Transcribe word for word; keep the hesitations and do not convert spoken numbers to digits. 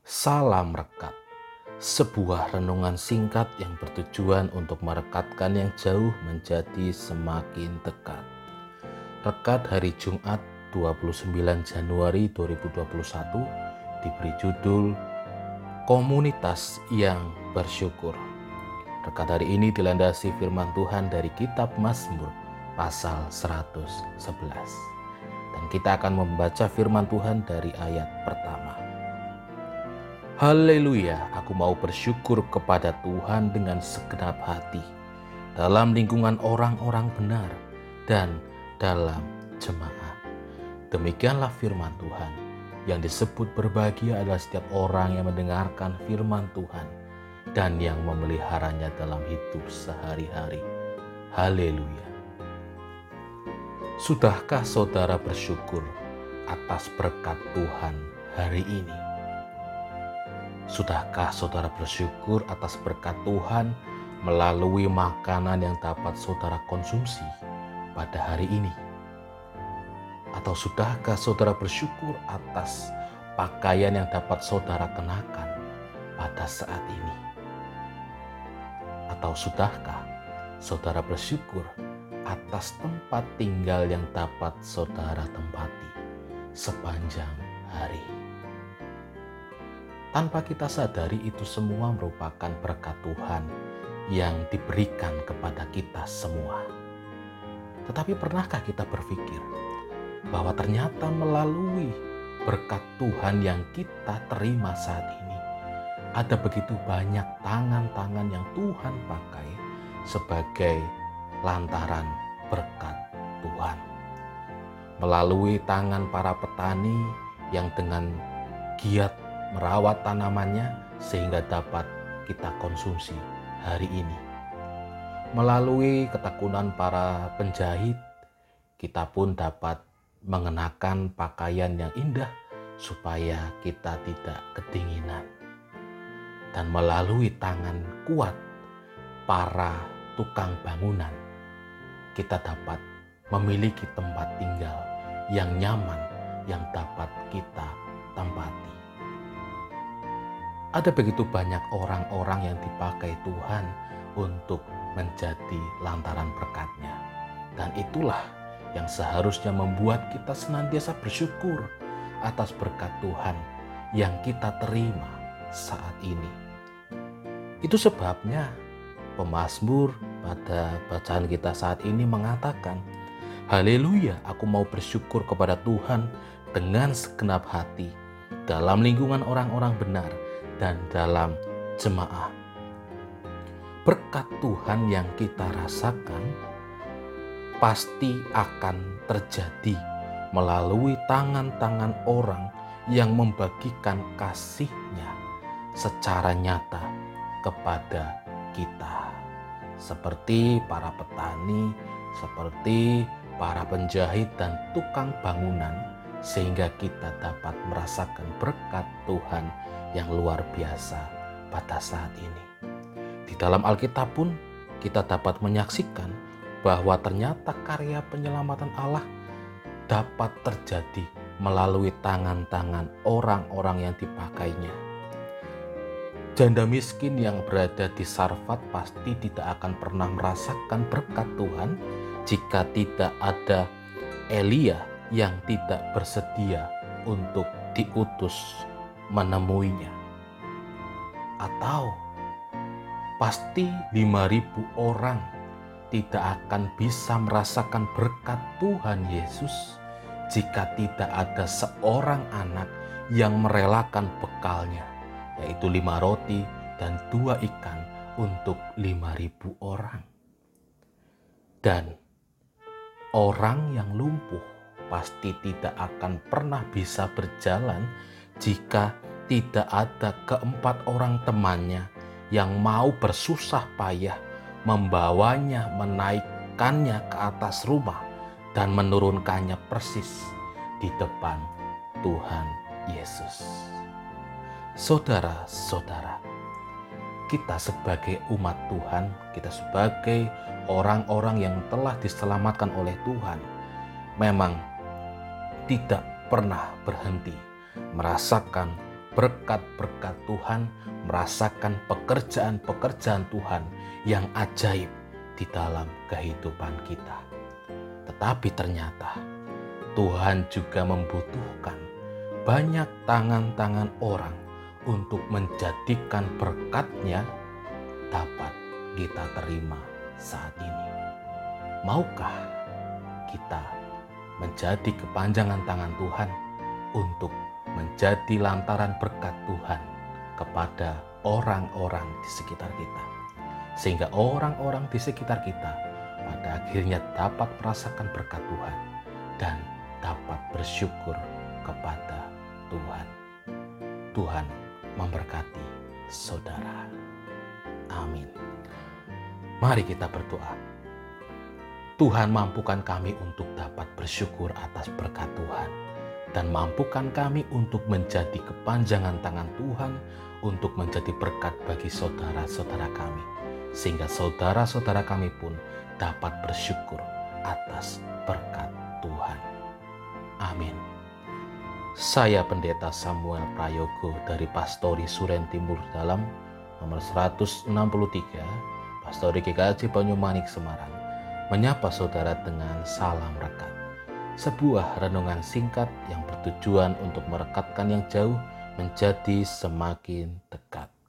Salam Rekat, sebuah renungan singkat yang bertujuan untuk merekatkan yang jauh menjadi semakin dekat. Rekat hari Jumat dua puluh sembilan Januari dua ribu dua puluh satu diberi judul Komunitas yang Bersyukur. Rekat hari ini dilandasi firman Tuhan dari kitab Mazmur pasal seratus sebelas. Dan kita akan membaca firman Tuhan dari ayat pertama. Haleluya, aku mau bersyukur kepada Tuhan dengan segenap hati, dalam lingkungan orang-orang benar dan dalam jemaah. Demikianlah firman Tuhan. Yang disebut berbahagia adalah setiap orang yang mendengarkan firman Tuhan dan yang memeliharanya dalam hidup sehari-hari. Haleluya. Sudahkah saudara bersyukur atas berkat Tuhan hari ini? Sudahkah saudara bersyukur atas berkat Tuhan melalui makanan yang dapat saudara konsumsi pada hari ini? Atau sudahkah saudara bersyukur atas pakaian yang dapat saudara kenakan pada saat ini? Atau sudahkah saudara bersyukur atas tempat tinggal yang dapat saudara tempati sepanjang hari? Tanpa kita sadari, itu semua merupakan berkat Tuhan yang diberikan kepada kita semua. Tetapi pernahkah kita berpikir bahwa ternyata melalui berkat Tuhan yang kita terima saat ini, ada begitu banyak tangan-tangan yang Tuhan pakai sebagai lantaran berkat Tuhan. Melalui tangan para petani yang dengan giat merawat tanamannya sehingga dapat kita konsumsi hari ini. Melalui ketekunan para penjahit, kita pun dapat mengenakan pakaian yang indah supaya kita tidak kedinginan. Dan melalui tangan kuat para tukang bangunan, kita dapat memiliki tempat tinggal yang nyaman yang dapat kita tempati. Ada begitu banyak orang-orang yang dipakai Tuhan untuk menjadi lantaran berkat-Nya. Dan itulah yang seharusnya membuat kita senantiasa bersyukur atas berkat Tuhan yang kita terima saat ini. Itu sebabnya pemazmur pada bacaan kita saat ini mengatakan, haleluya, aku mau bersyukur kepada Tuhan dengan segenap hati, dalam lingkungan orang-orang benar dan dalam jemaah. Berkat Tuhan yang kita rasakan pasti akan terjadi melalui tangan-tangan orang yang membagikan kasih-Nya secara nyata kepada kita. Seperti para petani, seperti para penjahit dan tukang bangunan, sehingga kita dapat merasakan berkat Tuhan yang luar biasa pada saat ini. Di dalam Alkitab pun kita dapat menyaksikan bahwa ternyata karya penyelamatan Allah dapat terjadi melalui tangan-tangan orang-orang yang dipakainya. Janda miskin yang berada di Sarfat pasti tidak akan pernah merasakan berkat Tuhan jika tidak ada Elia yang tidak bersedia untuk diutus menemuinya. Atau pasti lima ribu orang tidak akan bisa merasakan berkat Tuhan Yesus jika tidak ada seorang anak yang merelakan bekalnya, yaitu lima roti dan dua ikan untuk lima ribu orang. Dan orang yang lumpuh pasti tidak akan pernah bisa berjalan jika tidak ada keempat orang temannya yang mau bersusah payah membawanya, menaikkannya ke atas rumah dan menurunkannya persis di depan Tuhan Yesus. Saudara-saudara, kita sebagai umat Tuhan, kita sebagai orang-orang yang telah diselamatkan oleh Tuhan, memang tidak pernah berhenti merasakan berkat-berkat Tuhan, merasakan pekerjaan-pekerjaan Tuhan yang ajaib di dalam kehidupan kita. Tetapi ternyata Tuhan juga membutuhkan banyak tangan-tangan orang untuk menjadikan berkat-Nya dapat kita terima saat ini. Maukah kita menjadi kepanjangan tangan Tuhan untuk menjadi lantaran berkat Tuhan kepada orang-orang di sekitar kita, sehingga orang-orang di sekitar kita pada akhirnya dapat merasakan berkat Tuhan dan dapat bersyukur kepada Tuhan. Tuhan memberkati saudara. Amin. Mari kita berdoa. Tuhan, mampukan kami untuk dapat bersyukur atas berkat Tuhan, dan mampukan kami untuk menjadi kepanjangan tangan Tuhan untuk menjadi berkat bagi saudara-saudara kami, sehingga saudara-saudara kami pun dapat bersyukur atas berkat Tuhan. Amin. Saya Pendeta Samuel Prayogo dari Pastori Suren Timur Dalam nomor seratus enam puluh tiga, Pastori G K J Banyumanik Semarang, menyapa saudara dengan salam rekat. Sebuah renungan singkat yang bertujuan untuk merekatkan yang jauh menjadi semakin dekat.